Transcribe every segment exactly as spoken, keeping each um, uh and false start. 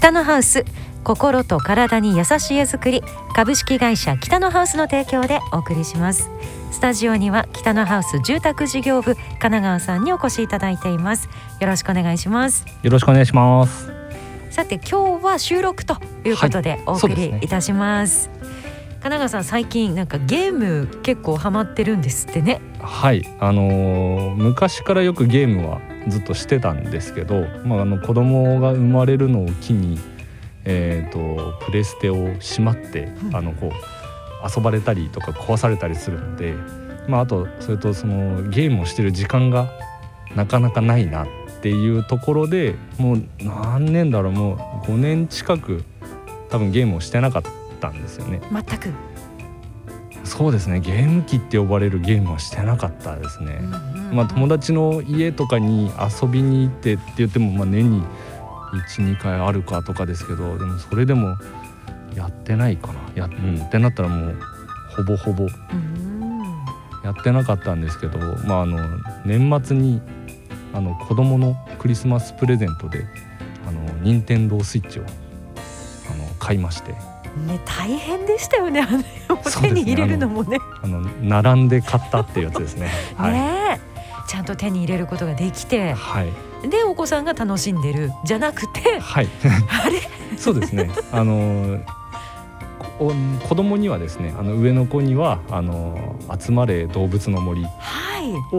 北のハウス、心と体に優しい家づくり、株式会社北のハウスの提供でお送りします。スタジオには北のハウス住宅事業部神奈川さんにお越しいただいています。よろしくお願いします。 よろしくお願いします。 さて今日は収録ということでお送りいたします、はい、そうですね。神奈川さん最近なんかゲーム結構ハマってるんですってね。 はい、あのー、昔からよくゲームはずっとしてたんですけど、まあ、あの子供が生まれるのを機に、えー、とプレステをしまって、うん、あのこう遊ばれたりとか壊されたりするので、まあ、あとそれとそのゲームをしてる時間がなかなかないなっていうところで、もう何年だろう、もうごねん近く多分ゲームをしてなかったんですよね。 全く。 そうですね、ゲーム機って呼ばれるゲームはしてなかったですね、うんうんうん。まあ、友達の家とかに遊びに行ってって言っても、まあ、年に いち,に 回あるかとかですけど、でもそれでもやってないかな、や、うん、ってなったらもうほぼほぼやってなかったんですけど、まあ、あの年末にあの子供のクリスマスプレゼントであの任天堂スイッチをあの買いまして、 ね、大変でしたよね、あの手に入れるのもね、 あの並んで買ったっていうやつですね。はい、 ね、ちゃんと手に入れることができて、 はい、 でお子さんが楽しんでるじゃなくて、 はい、 あれそうですね、あの子供にはですね、あの上の子にはあの集まれ動物の森を、 はい、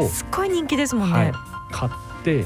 すっごい人気ですもんね。はい、 買って、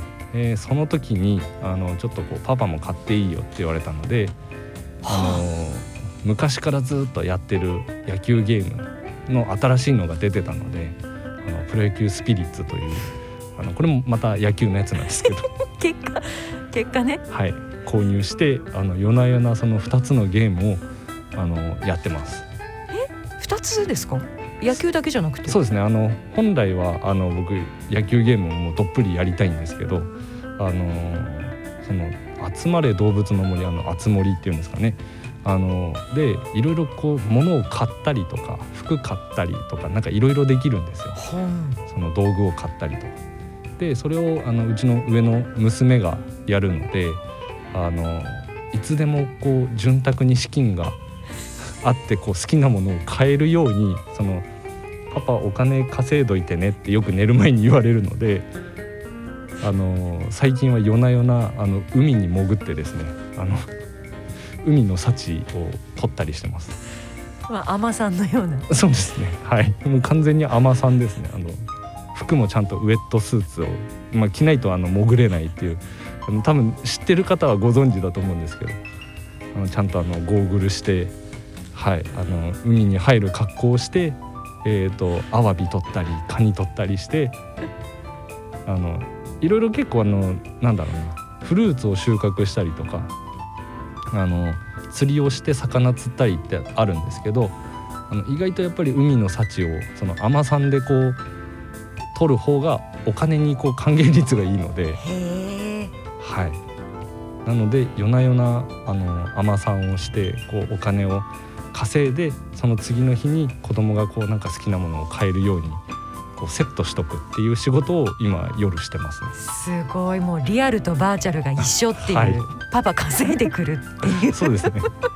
えー、その時にあのちょっとこうパパも買っていいよって言われたので、あの昔からずっとやってる野球ゲームの新しいのが出てたので、あのプロ野球スピリッツという、あのこれもまた野球のやつなんですけど結果結果ね、 はい、購入して、あの夜な夜なそのふたつのゲームをあのやってます。 え、ふたつですか？野球だけじゃなくて？ そうですね、あの本来はあの僕野球ゲームをもうどっぷりやりたいんですけど、あのその集まれ動物の森、あのあつ森っていうんですかね、あのでいろいろこう物を買ったりとか服買ったりとかなんかいろいろできるんですよ、 うん、 その道具を買ったりとかで、それをあのうちの上の娘がやるので、あのいつでもこう潤沢に資金があってこう好きなものを買えるように、そのパパお金稼いどいてねってよく寝る前に言われるので、あの最近は夜な夜なあの海に潜ってですね、あの海の幸を取ったりしてます。 まあ、海女さんのような。 そうですね、はい、もう完全に海女さんですね。あの服もちゃんとウェットスーツを、まあ、着ないとあの潜れないっていう、あの多分知ってる方はご存知だと思うんですけど、あのちゃんとあのゴーグルして、はい、あの海に入る格好をして、えーと、アワビ取ったりカニ取ったりして、あのいろいろ結構あのなんだろうな、フルーツを収穫したりとか、あの釣りをして魚釣ったりってあるんですけど、あの意外とやっぱり海の幸をその海女さんでこう取る方がお金にこう還元率がいいので、 へー、 はい、なので夜な夜なあの海女さんをしてこうお金を稼いで、その次の日に子供がこうなんか好きなものを買えるようにこうセットしとくっていう仕事を今夜してますね。 すごい、もうリアルとバーチャルが一緒っていう、はい、パパ稼いでくるっていうそうですね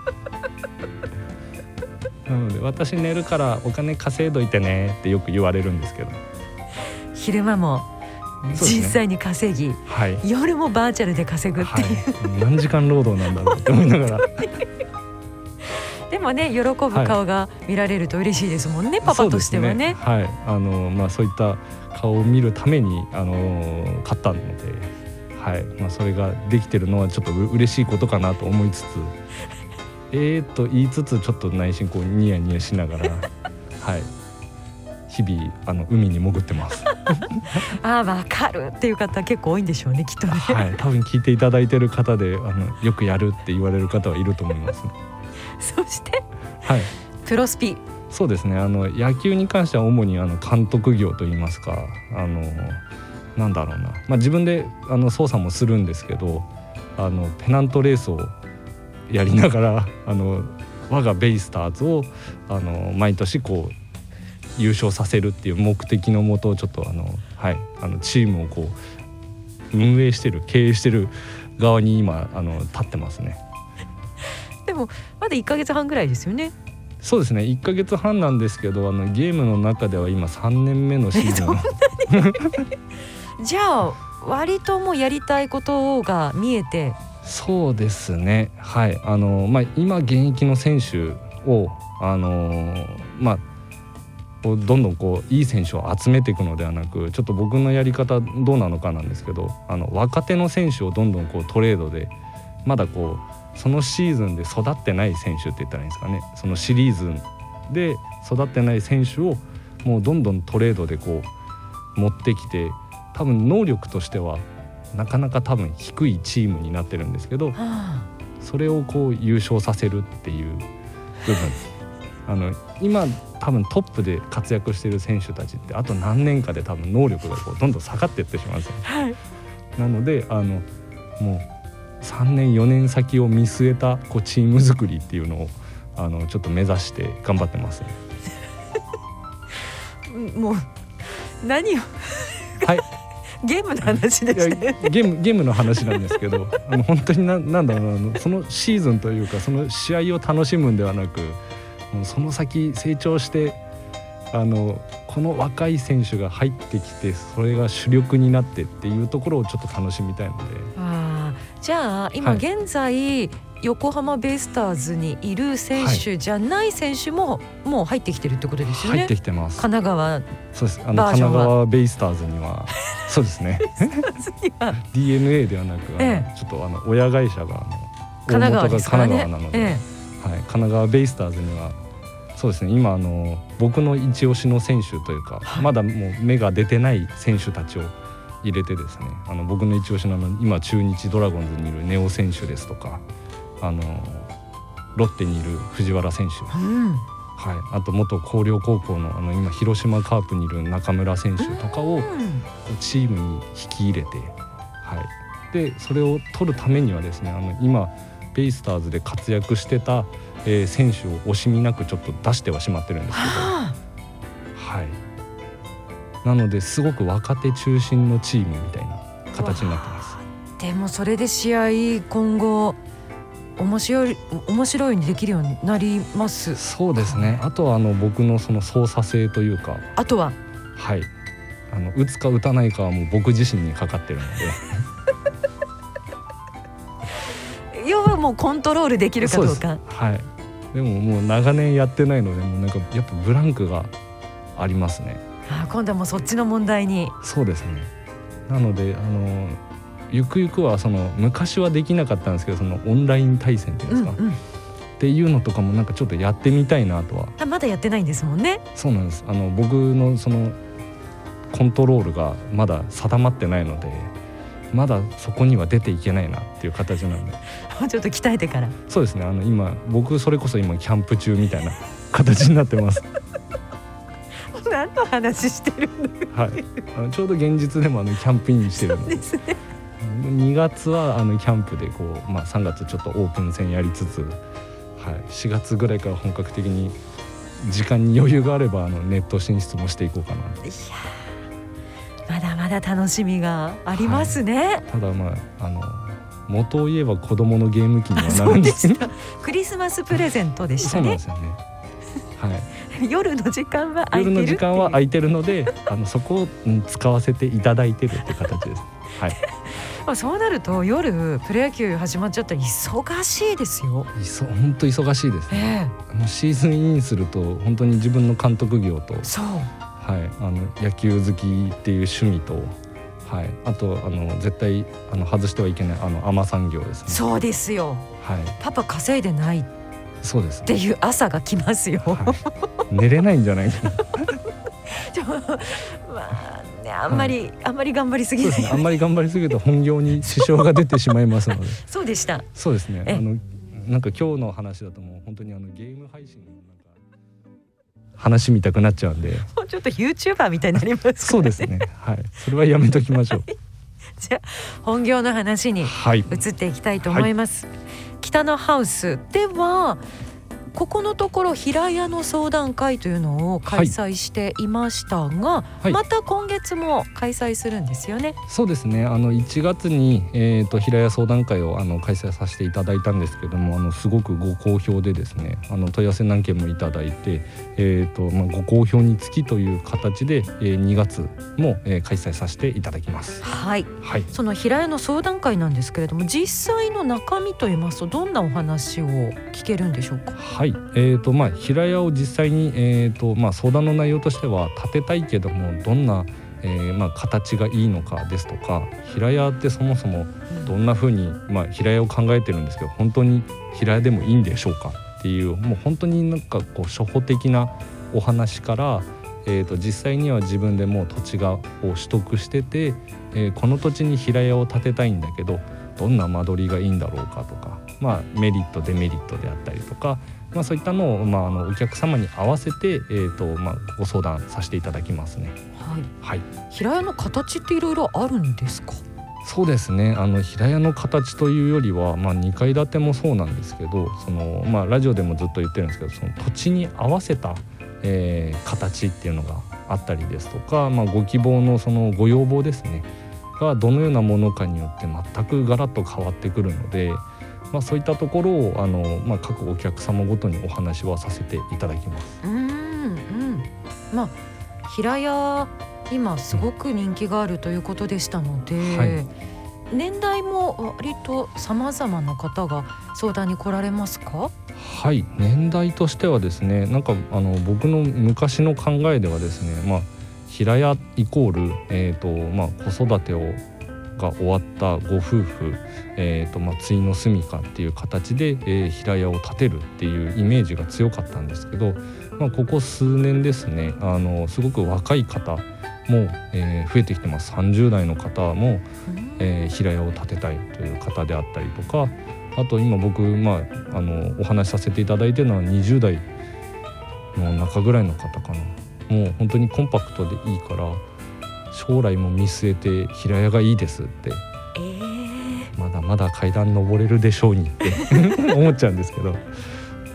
なので私寝るからお金稼いどいてねってよく言われるんですけど、 昼間も実際に稼ぎ、 はい、 夜もバーチャルで稼ぐっていう、 はい、何時間労働なんだろうって思いながらでもね、喜ぶ顔が見られると嬉しいですもんね、はい、パパとしてはね。 はい、あのまあ、そういった顔を見るためにあの買ったので、はい、まあ、それができてるのはちょっとう嬉しいことかなと思いつつえーと言いつつちょっと内心こうニヤニヤしながらはい、日々あの海に潜ってますああ、わかるっていう方結構多いんでしょうね、きっとね。 はい、多分聞いていただいている方であのよくやるって言われる方はいると思います、ね、 そして、 はい、 プロスピ。 そうですね、あの野球に関しては主にあの監督業といいますか、あのなんだろうな、まあ、自分であの操作もするんですけど、あのペナントレースをやりながらあの我がベイスターズをあの毎年こう優勝させるっていう目的のもとをちょっとあの、はい、あのチームをこう運営してる経営してる側に今あの立ってますね。 もまだいっかげつはんぐらいですよね。 そうですねいっかげつはんなんですけど、あのゲームの中では今さんねんめのシーズンじゃあ割ともうやりたいことが見えて。 そうですねはいあの、まあ、今現役の選手をあのまあどんどんこういい選手を集めていくのではなく、ちょっと僕のやり方どうなのかなんですけど、あの若手の選手をどんどんこうトレードでまだこうそのシーズンで育ってない選手って言ったらいいんですかね、そのシリーズンで育ってない選手をもうどんどんトレードでこう持ってきて、多分能力としてはなかなか多分低いチームになってるんですけど、はあ、それをこう優勝させるっていう部分あの今多分トップで活躍している選手たちってあと何年かで多分能力がこうどんどん下がっていってしまうんですよ、はい、なのであのもうさんねんよねん先を見据えたこうチーム作りっていうのをあのちょっと目指して頑張ってます、ね、 もう何をはいゲームの話でしたよね。 ゲーム、ゲームの話なんですけどあの本当に な, なんだろうなあのそのシーズンというかその試合を楽しむんではなく、もうその先成長してあのこの若い選手が入ってきてそれが主力になってっていうところをちょっと楽しみたいので。 あじゃあ今現在、はい、横浜ベイスターズにいる選手じゃない選手ももう入ってきてるってことですよね。 入ってきてます。 神奈川そうです。あの神奈川ベイスターズにはそうですねディーエヌエー ではなく、ええ、ちょっとあの親会社があの神奈川ですからね。 大元が神奈川なので、ええはい、神奈川ベイスターズにはそうですね今あの僕の一押しの選手というか、はい、まだもう芽が出てない選手たちを入れてですね、あの僕の一押しの今中日ドラゴンズにいるネオ選手ですとか、あのロッテにいる藤原選手、うんはい、あと元広陵高校 の, あの今広島カープにいる中村選手とかをチームに引き入れて、はい、でそれを取るためにはですね、あの今ベイスターズで活躍してた、えー、選手を惜しみなくちょっと出してはしまってるんですけど、はい、なのですごく若手中心のチームみたいな形になってます。 でもそれで試合今後面白い面白いようにできるようになります。 そうですね。あとはあの僕のその操作性というか、 あとははいあの打つか打たないかはもう僕自身にかかってるので要はもうコントロールできるかどうか。 はい。でももう長年やってないのでもうなんかやっぱブランクがありますね。 あ今度はもうそっちの問題に。 そうですね。なのであのゆくゆくはその昔はできなかったんですけど、そのオンライン対戦っていうんですか、うんうん、っていうのとかもなんかちょっとやってみたいなとは。 あまだやってないんですもんね。 そうなんです。あの僕のそのコントロールがまだ定まってないので、まだそこには出ていけないなっていう形なんでもうちょっと鍛えてから。 そうですね。あの今僕それこそ今キャンプ中みたいな形になってます何の話してるんだ、 はい、あのちょうど現実でもあのキャンプインしてるので。そうですね。にがつはあのキャンプでこう、まあ、さんがつちょっとオープン戦やりつつ、はい、しがつぐらいから本格的に時間に余裕があればあのネット進出もしていこうかなと。いやまだまだ楽しみがありますね、はい、 ただまああの元を言えば子供のゲーム機にはなるんですけどクリスマスプレゼントでしたね。 そうなんですよね、はい、 夜の時間は空いてるっていう。 夜の時間は空いてるのであのそこを、うん、使わせていただいてるって形です、はいそうなると夜プロ野球始まっちゃったら忙しいですよ。 本当忙しいですね、えー、もうシーズンインすると本当に自分の監督業とそう、 はい、あの野球好きっていう趣味と、はい、あとあの絶対あの外してはいけないあの海女さん業ですね。 そうですよ、はい、パパ稼いでないそうですっていう朝が来ますよ、 はい、寝れないんじゃないかなまあね、あんまり、はい、あんまり頑張りすぎない、 そうですね、あんまり頑張りすぎると本業に支障が出てしまいますのでそうでした。 そうですね。あのなんか今日の話だともう本当にあのゲーム配信のなんか話見たくなっちゃうんでもうちょっと YouTuber みたいになりますからねそうですね、はい、それはやめときましょうじゃあ本業の話に移っていきたいと思います、はいはい、北のハウスではここのところ平屋の相談会というのを開催していましたが、はい、また今月も開催するんですよね。 そうですね、あのいちがつに、えー、と平屋相談会をあの開催させていただいたんですけども、あのすごくご好評でですね、あの問い合わせ何件もいただいて、えーとまあ、ご好評につきという形で、えー、にがつも、えー、開催させていただきます。 はい、はい、その平屋の相談会なんですけれども、実際の中身といいますとどんなお話を聞けるんでしょうか。 はい、えーとまあ、平屋を実際に、えーとまあ、相談の内容としては建てたいけどもどんな、えーまあ、形がいいのかですとか、平屋ってそもそもどんな風に、まあ、平屋を考えてるんですけど本当に平屋でもいいんでしょうかっていう、もう本当になんかこう初歩的なお話から、えーと実際には自分でもう土地がを取得してて、えー、この土地に平屋を建てたいんだけどどんな間取りがいいんだろうかとか、まあ、メリットデメリットであったりとか、まあ、そういったのを、まあ、あのお客様に合わせて、えーとまあ、ご相談させていただきますね。 はいはい、平屋の形っていろいろあるんですか。 そうですね、あの平屋の形というよりは、まあ、にかい建てもそうなんですけど、その、まあ、ラジオでもずっと言ってるんですけど、その土地に合わせた、えー、形っていうのがあったりですとか、まあ、ご希望のそのご要望ですねがどのようなものかによって全くガラッと変わってくるので、まあ、そういったところをあの、まあ、各お客様ごとにお話はさせていただきます。 うん、うん、まあ、平屋今すごく人気があるということでしたので、うん、はい、年代も割と様々な方が相談に来られますか。 はい、年代としてはですね、なんかあの僕の昔の考えではですね、まあ、平屋イコール、えーとまあ、子育てをが終わったご夫婦、えーとまあ、対の住みかっていう形で、えー、平屋を建てるっていうイメージが強かったんですけど、まあ、ここ数年ですね、あのすごく若い方も、えー、増えてきてます。さんじゅう代の方も、えー、平屋を建てたいという方であったりとか、あと今僕、まあ、あのお話しさせていただいているのはにじゅう代の中ぐらいの方かな。もう本当にコンパクトでいいから将来も見据えて平屋がいいですって、えー、まだまだ階段登れるでしょうにって思っちゃうんですけど、うん、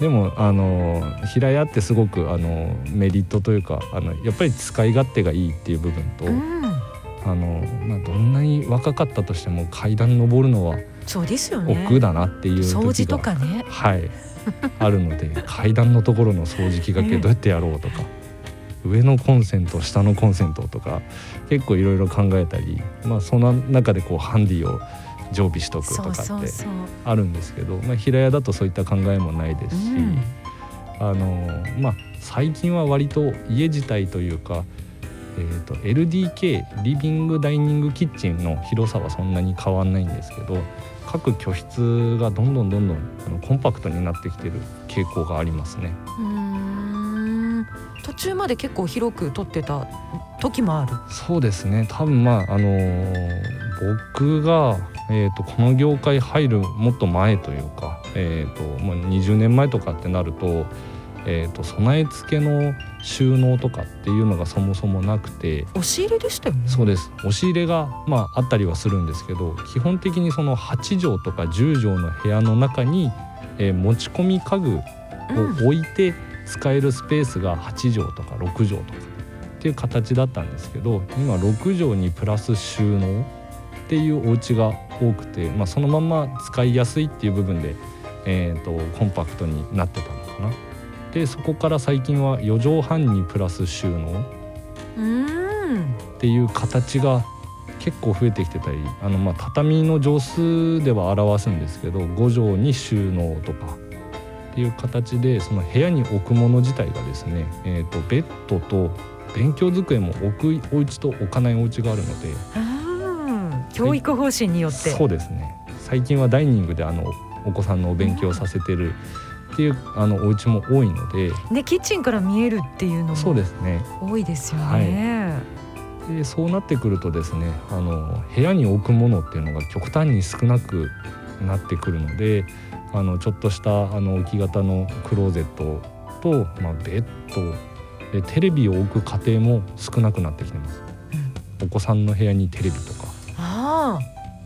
でもあの平屋ってすごくあのメリットというか、あのやっぱり使い勝手がいいっていう部分と、うん、あのまあ、どんなに若かったとしても階段登るのはそうですよね、 億劫だなっていう時が掃除とかね、 はいあるので、階段のところの掃除機がけどうやってやろうとか、えー、上のコンセント下のコンセントとか結構いろいろ考えたり、まあ、その中でこうハンディを常備しとくとかってあるんですけど、まあ、平屋だとそういった考えもないですし、うん、あのまあ、最近は割と家自体というか、えーと、エルディーケー リビングダイニングキッチンの広さはそんなに変わんないんですけど、各居室がどんどんどんどんあのコンパクトになってきてる傾向がありますね。 うーん、途中まで結構広く取ってた時もある。 そうですね、多分まあ、あのー、僕が、えーと、この業界入るもっと前というか、えーとまあ、にじゅうねんまえとかってなると、えーと、備え付けの収納とかっていうのがそもそもなくて、 押し入れでしたよね。 そうです、押し入れが、まあ、あったりはするんですけど、基本的にそのはち畳とかじゅう畳の部屋の中に、えー、持ち込み家具を置いて使えるスペースがはち畳とかろく畳とかっていう形だったんですけど、今ろく畳にプラス収納っていうお家が多くて、まあ、そのまま使いやすいっていう部分で、えーと、コンパクトになってたのかな。でそこから最近はよ畳半にプラス収納っていう形が結構増えてきてたり、あのまあ畳の畳数では表すんですけどご畳に収納とかっていう形で、その部屋に置くもの自体がですね、えーとベッドと勉強机も置くお家と置かないお家があるので、 あ、教育方針によって、 そうですね、最近はダイニングであのお子さんのお勉強させてるっていうあのお家も多いので、 ね、キッチンから見えるっていうのもそうですね、 多いですよね。 はい、でそうなってくるとですね、あの部屋に置くものっていうのが極端に少なくなってくるので、あのちょっとしたあの置き型のクローゼットと、まあ、ベッドでテレビを置く家庭も少なくなってきてます、うん、お子さんの部屋にテレビとか、 あ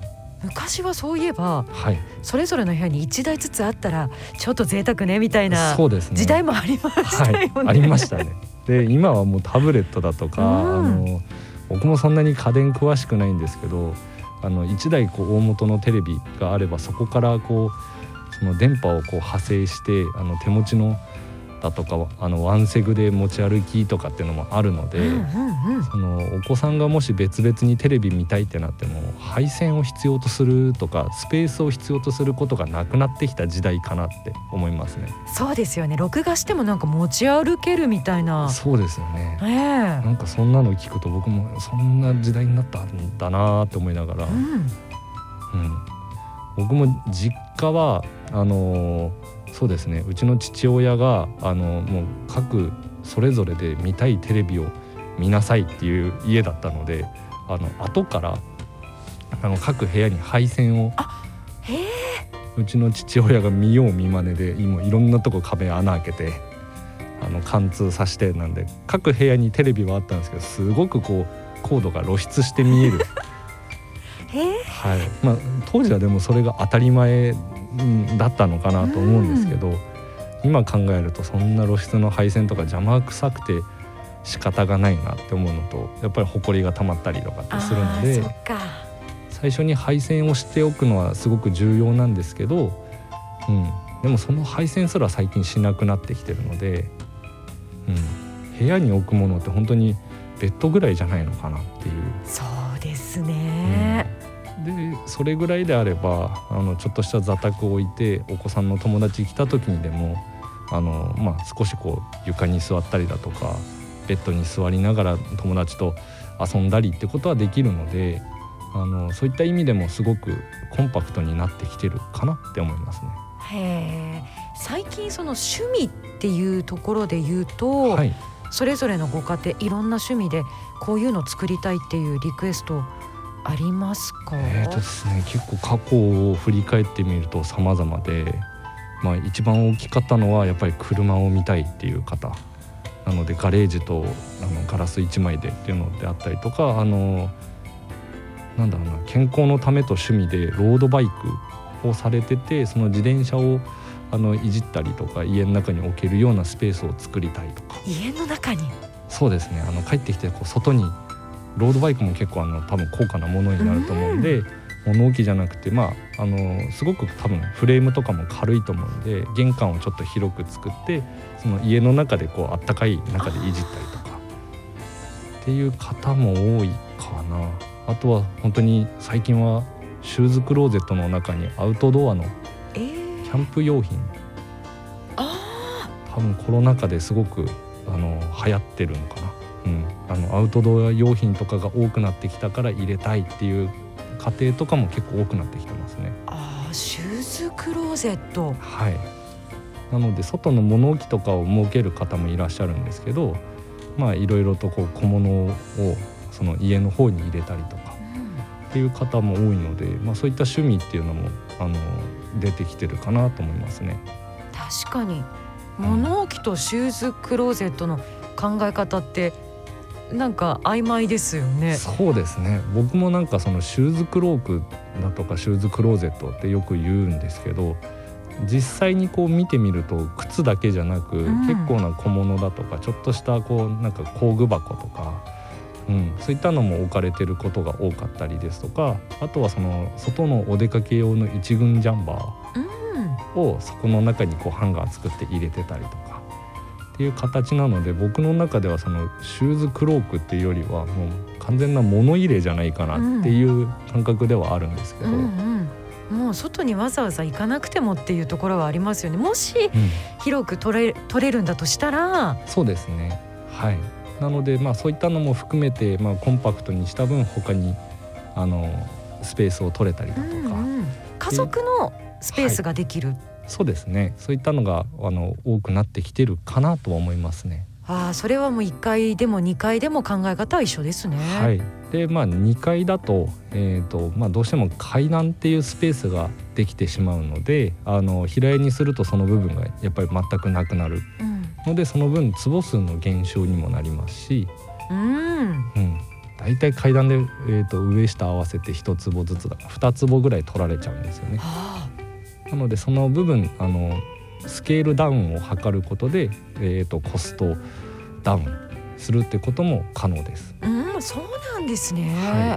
昔はそういえば、 はい、 それぞれの部屋にいちだいずつあったらちょっと贅沢ねみたいなそうですね、 時代もありましたよね、 はい、ありましたね。で今はもうタブレットだとか、うん、あの僕もそんなに家電詳しくないんですけど、あのいちだいこう大元のテレビがあればそこからこうその電波をこう派生してあの手持ちのだとかあのワンセグで持ち歩きとかっていうのもあるので、うんうんうん、そのお子さんがもし別々にテレビ見たいってなっても配線を必要とするとかスペースを必要とすることがなくなってきた時代かなって思いますね。 そうですよね。録画してもなんか持ち歩けるみたいな。 そうですよね、 えー、 なんかそんなの聞くと僕もそんな時代になったんだなって思いながら、うんうん、僕も実家はあのーそうですね、うちの父親があのもう各それぞれで見たいテレビを見なさいっていう家だったので、あの後からあの各部屋に配線をあへうちの父親が見よう見まねで今いろんなとこ壁穴開けてあの貫通させてなんで各部屋にテレビはあったんですけどすごくこうコードが露出して見えるはいまあ、当時はでもそれが当たり前だったのかなと思うんですけど、うん、今考えるとそんな露出の配線とか邪魔くさくて仕方がないなって思うのとやっぱりホコリが溜まったりとかってするので最初に配線をしておくのはすごく重要なんですけど、うん、でもその配線すら最近しなくなってきてるので、うん、部屋に置くものって本当にベッドぐらいじゃないのかなっていう。 そうですね、 うん、でそれぐらいであればあのちょっとした座卓を置いてお子さんの友達来た時にでもあの、まあ、少しこう床に座ったりだとかベッドに座りながら友達と遊んだりってことはできるのであのそういった意味でもすごくコンパクトになってきてるかなって思いますね。 へー、最近その趣味っていうところで言うと、はい、それぞれのご家庭いろんな趣味でこういうの作りたいっていうリクエストありますか？ えーとですね、結構過去を振り返ってみると様々で、まあ、一番大きかったのはやっぱり車を見たいっていう方なのでガレージとあのガラスいちまいでっていうのであったりとかあのなんだろうな健康のためと趣味でロードバイクをされててその自転車をあのいじったりとか家の中に置けるようなスペースを作りたいとか。 家の中に？ そうですね、あの帰ってきてこう外にロードバイクも結構あの多分高価なものになると思うんで、うん、物置じゃなくて、まあ、あのすごく多分フレームとかも軽いと思うんで玄関をちょっと広く作ってその家の中でこうあったかい中でいじったりとかっていう方も多いかな。あとは本当に最近はシューズクローゼットの中にアウトドアのキャンプ用品、えー、あ多分コロナ禍ですごくあの流行ってるのかな、うん、あのアウトドア用品とかが多くなってきたから入れたいっていう家庭とかも結構多くなってきてますね。 あー、シューズクローゼット、 はい、なので外の物置とかを設ける方もいらっしゃるんですけど、まあいろいろとこう小物をその家の方に入れたりとかっていう方も多いので、まあ、そういった趣味っていうのもあの出てきてるかなと思いますね。 確かに物置とシューズクローゼットの考え方ってなんか曖昧ですよね。 そうですね、僕もなんかそのシューズクロークだとかシューズクローゼットってよく言うんですけど実際にこう見てみると靴だけじゃなく、うん、結構な小物だとかちょっとしたこうなんか工具箱とか、うん、そういったのも置かれてることが多かったりですとかあとはその外のお出かけ用の一軍ジャンバーをそこの中にこうハンガー作って入れてたりとかっていう形なので僕の中ではそのシューズクロークっていうよりはもう完全な物入れじゃないかなっていう感覚ではあるんですけど、うんうんうん、もう外にわざわざ行かなくてもっていうところはありますよね。もし広く取れ、取れるんだとしたら、 うん、そうですね、はい、なのでまあそういったのも含めてまあコンパクトにした分他にあのスペースを取れたりだとか、うんうん、 家族のスペースができる、はい、 そうですね、そういったのがあの多くなってきてるかなとは思いますね。 ああ、それはもういっかいでもにかいでも考え方は一緒ですね。 はい、でまあにかいだと、えーとまあ、どうしても階段っていうスペースができてしまうのであの平屋にするとその部分がやっぱり全くなくなるので、うん、その分坪数の減少にもなりますし、うんうん、 だいたい階段で、えー、と上下合わせて一坪ずつだからに坪ぐらい取られちゃうんですよね。 はあ、 なのでその部分あのスケールダウンを図ることで、えー、とコストダウンするってことも可能です。 うん、そうなんですね。 はい、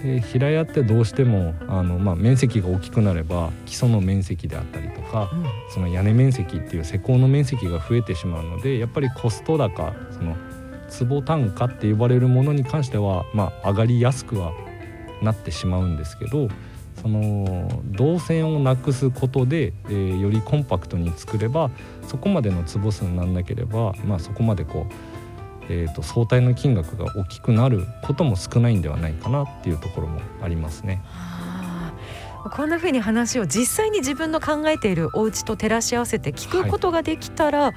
で平屋ってどうしてもあの、まあ、面積が大きくなれば基礎の面積であったりとか、うん、その屋根面積っていう施工の面積が増えてしまうので、やっぱりコスト高、その坪単価って呼ばれるものに関しては、まあ、上がりやすくはなってしまうんですけど、その動線をなくすことで、えー、よりコンパクトに作ればそこまでの坪数にならなければ、まあ、そこまでこう、えーと、相対の金額が大きくなることも少ないんではないかなっていうところもありますね。 はあ、こんな風に話を実際に自分の考えているお家と照らし合わせて聞くことができたら、はい、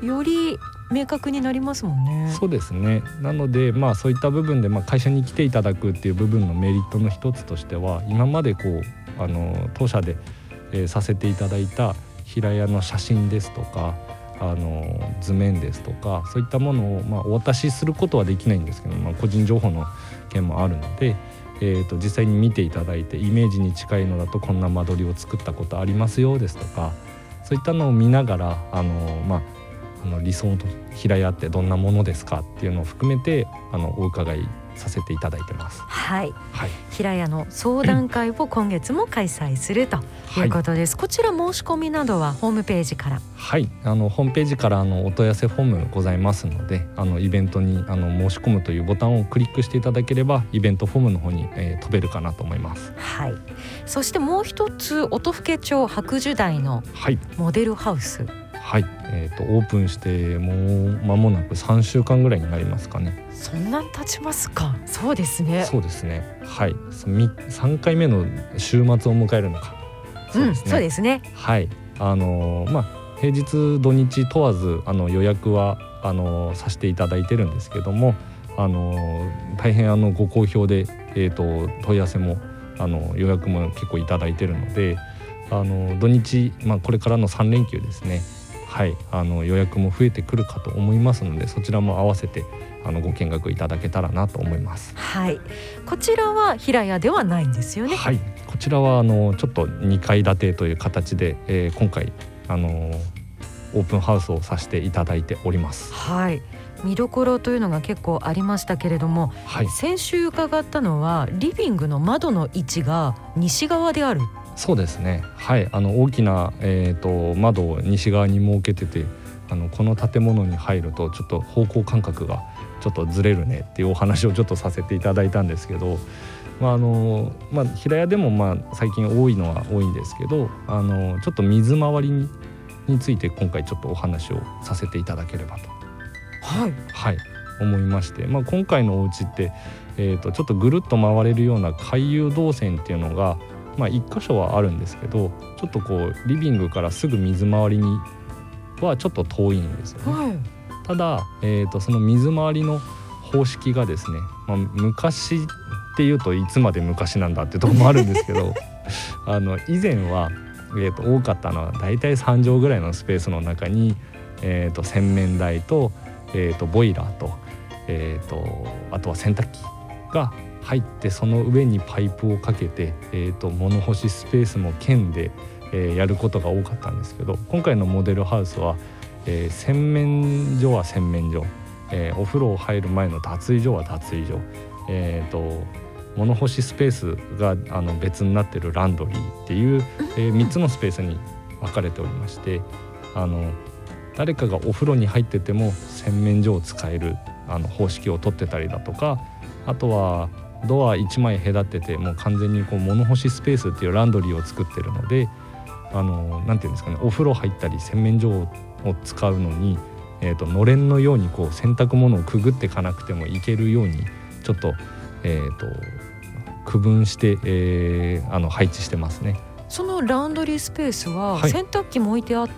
より明確になりますもんね。 そうですね。なので、まあ、そういった部分で、まあ、会社に来ていただくっていう部分のメリットの一つとしては、今までこうあの当社で、えー、させていただいた平屋の写真ですとかあの図面ですとか、そういったものを、まあ、お渡しすることはできないんですけど、まあ、個人情報の件もあるので、えーと、実際に見ていただいてイメージに近いのだとこんな間取りを作ったことありますよですとか、そういったのを見ながらあの、まああの理想の平屋ってどんなものですかっていうのを含めてあのお伺いさせていただいてます。 はい、 はい、 平屋の相談会を今月も開催するということです。はい、こちら申し込みなどはホームページから。 はい、あのホームページからあのお問い合わせフォームございますので、あのイベントにあの申し込むというボタンをクリックしていただければイベントフォームの方に、えー、飛べるかなと思います。 はい、そしてもう一つ音更町白樹台のモデルハウス、 はい、えー、とオープンしてもう間もなくさんしゅうかんぐらいになりますかね。 そんな経ちますか。そうですね。 そうですね。はい、さんかいめの週末を迎えるのか。 そうですね。うん、そうですね。 はい、あのー、まあ平日土日問わずあの予約はあのー、させていただいてるんですけども、あのー、大変あのご好評で、えー、と問い合わせもあの予約も結構いただいてるので、あの土日、まあ、これからのさん連休ですね。はい、あの予約も増えてくるかと思いますので、そちらも合わせてあのご見学いただけたらなと思います。 はい、こちらは平屋ではないんですよね。 はい、こちらはあのちょっとにかい建てという形で、えー、今回あのオープンハウスをさせていただいております。 はい、見どころというのが結構ありましたけれども、はい、先週伺ったのはリビングの窓の位置が西側である。 そうですね。はい、あの大きな、えーと、窓を西側に設けてて、あのこの建物に入るとちょっと方向感覚がちょっとずれるねっていうお話をちょっとさせていただいたんですけど、まああのまあ、平屋でもまあ最近多いのは多いんですけど、あのちょっと水回りに、について今回ちょっとお話をさせていただければと、 はいはい、思いまして、まあ、今回のお家って、えーと、ちょっとぐるっと回れるような回遊動線っていうのがまあ、いっ箇所はあるんですけど、ちょっとこうリビングからすぐ水回りにはちょっと遠いんですよね。はい、ただ、えーと、その水回りの方式がですね、まあ、昔っていうといつまで昔なんだってところもあるんですけどあの以前は、えーと、多かったのはだいたいさん畳ぐらいのスペースの中に、えーと、洗面台と、えーと、ボイラーと、えーと、あとは洗濯機が入って、その上にパイプをかけて、えーと、物干しスペースも兼で、えー、やることが多かったんですけど、今回のモデルハウスは、えー、洗面所は洗面所、えー、お風呂入る前の脱衣所は脱衣所、えーと、物干しスペースがあの別になってるランドリーっていう、えー、みっつのスペースに分かれておりまして、あの誰かがお風呂に入ってても洗面所を使えるあの方式を取ってたりだとか、あとはドアいちまい隔ててもう完全にこう物干しスペースっていうランドリーを作ってるので、あのなんていうんですかね、お風呂入ったり洗面所を使うのに、えーと、のれんのようにこう洗濯物をくぐっていかなくてもいけるようにちょっと、えーと、区分して、えー、あの配置してますね。 そのランドリースペースは洗濯機も置いてあって、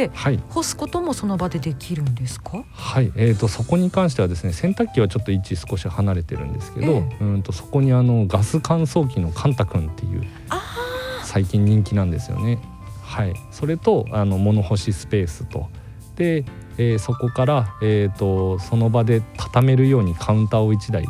はい、干すこともその場でできるんですか？ はい、えーと、そこに関してはですね、洗濯機はちょっと位置少し離れてるんですけど、えー、うんとそこにあのガス乾燥機のカンタ君っていう最近人気なんですよね。はい、それとあの物干しスペースとで、えー、そこから、えーと、その場で畳めるようにカウンターをいちだい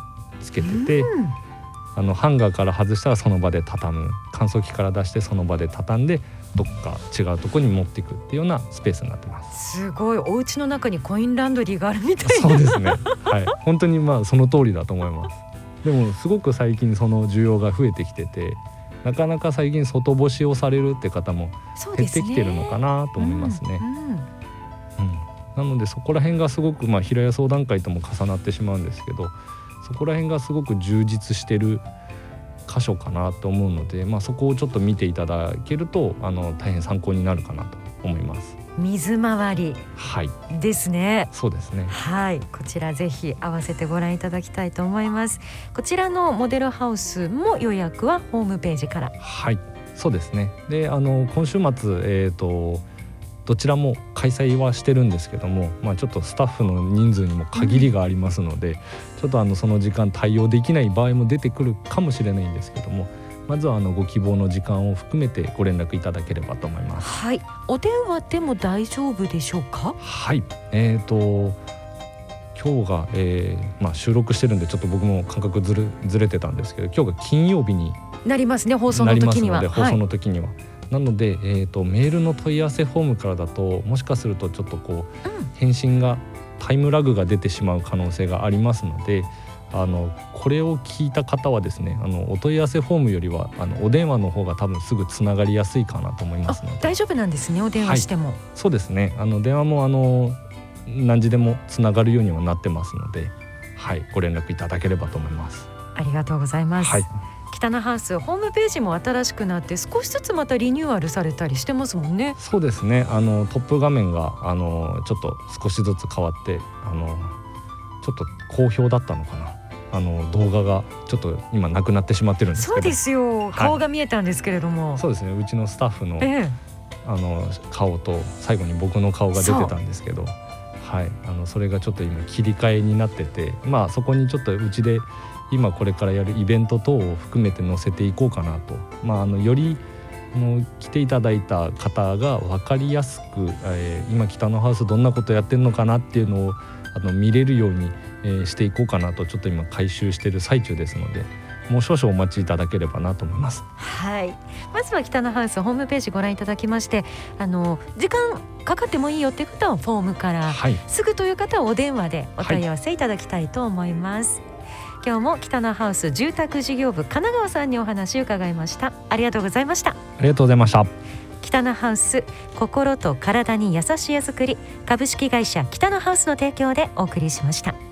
つけてて、 うん、 あのハンガーから外したらその場で畳む、乾燥機から出してその場で畳んでどっか違うところに持っていくっていうようなスペースになってます。 すごい、お家の中にコインランドリーがあるみたいな。 そうですね、はい、本当にまあその通りだと思います。でもすごく最近その需要が増えてきてて、なかなか最近外干しをされるって方も減ってきてるのかなと思いますね。 うんうんうん、なのでそこら辺がすごく、まあ、平屋相談会とも重なってしまうんですけど、そこら辺がすごく充実してる箇所かなと思うので、まあ、そこをちょっと見ていただけるとあの大変参考になるかなと思います。 水回りですね、 はい、そうですね。 はい、こちらぜひ合わせてご覧いただきたいと思います。こちらのモデルハウスも予約はホームページから。 はい、そうですね。で、あの今週末、えーとどちらも開催はしてるんですけども、まあ、ちょっとスタッフの人数にも限りがありますので、うん、ちょっとあのその時間対応できない場合も出てくるかもしれないんですけども、まずはあのご希望の時間を含めてご連絡いただければと思います。 はい、お電話でも大丈夫でしょうか？ はい、えーと今日が、えーまあ、収録してるんでちょっと僕も感覚ずれ、ずれてたんですけど、今日が金曜日になりますね、放送の時には。 なりますので、放送の時には、はい、なので、えーと、メールの問い合わせフォームからだともしかするとちょっとこう、うん、返信がタイムラグが出てしまう可能性がありますので、あのこれを聞いた方はですね、あのお問い合わせフォームよりはあのお電話の方が多分すぐつながりやすいかなと思いますので。 大丈夫なんですね、お電話しても。はい、 そうですね、あの電話もあの何時でもつながるようにはなってますので、はい、ご連絡いただければと思います。 ありがとうございます。はい、北のハウスホームページも新しくなって少しずつまたリニューアルされたりしてますもんね。 そうですね、あのトップ画面があのちょっと少しずつ変わって、あのちょっと好評だったのかな、あの動画がちょっと今なくなってしまってるんですけど。 そうですよ、顔が見えたんですけれども、 はい、そうですね、うちのスタッフの、 ええ、 あの顔と最後に僕の顔が出てたんですけど、はい、あのそれがちょっと今切り替えになってて、まあそこにちょっとうちで今これからやるイベント等を含めて載せていこうかなと、まあ、あのよりあの来ていただいた方が分かりやすく、えー、今北のハウスどんなことやってるのかなっていうのをあの見れるように、えー、していこうかなとちょっと今改修している最中ですので、もう少々お待ちいただければなと思います。 はい、まずは北のハウスホームページご覧いただきまして、あの時間かかってもいいよっていう方はフォームから、はい、すぐという方はお電話でお問い合わせいただきたいと思います。はい、今日も北のハウス住宅事業部神奈川さんにお話を伺いました。ありがとうございました。 ありがとうございました。 北のハウス、心と体に優しい家づくり、株式会社北のハウスの提供でお送りしました。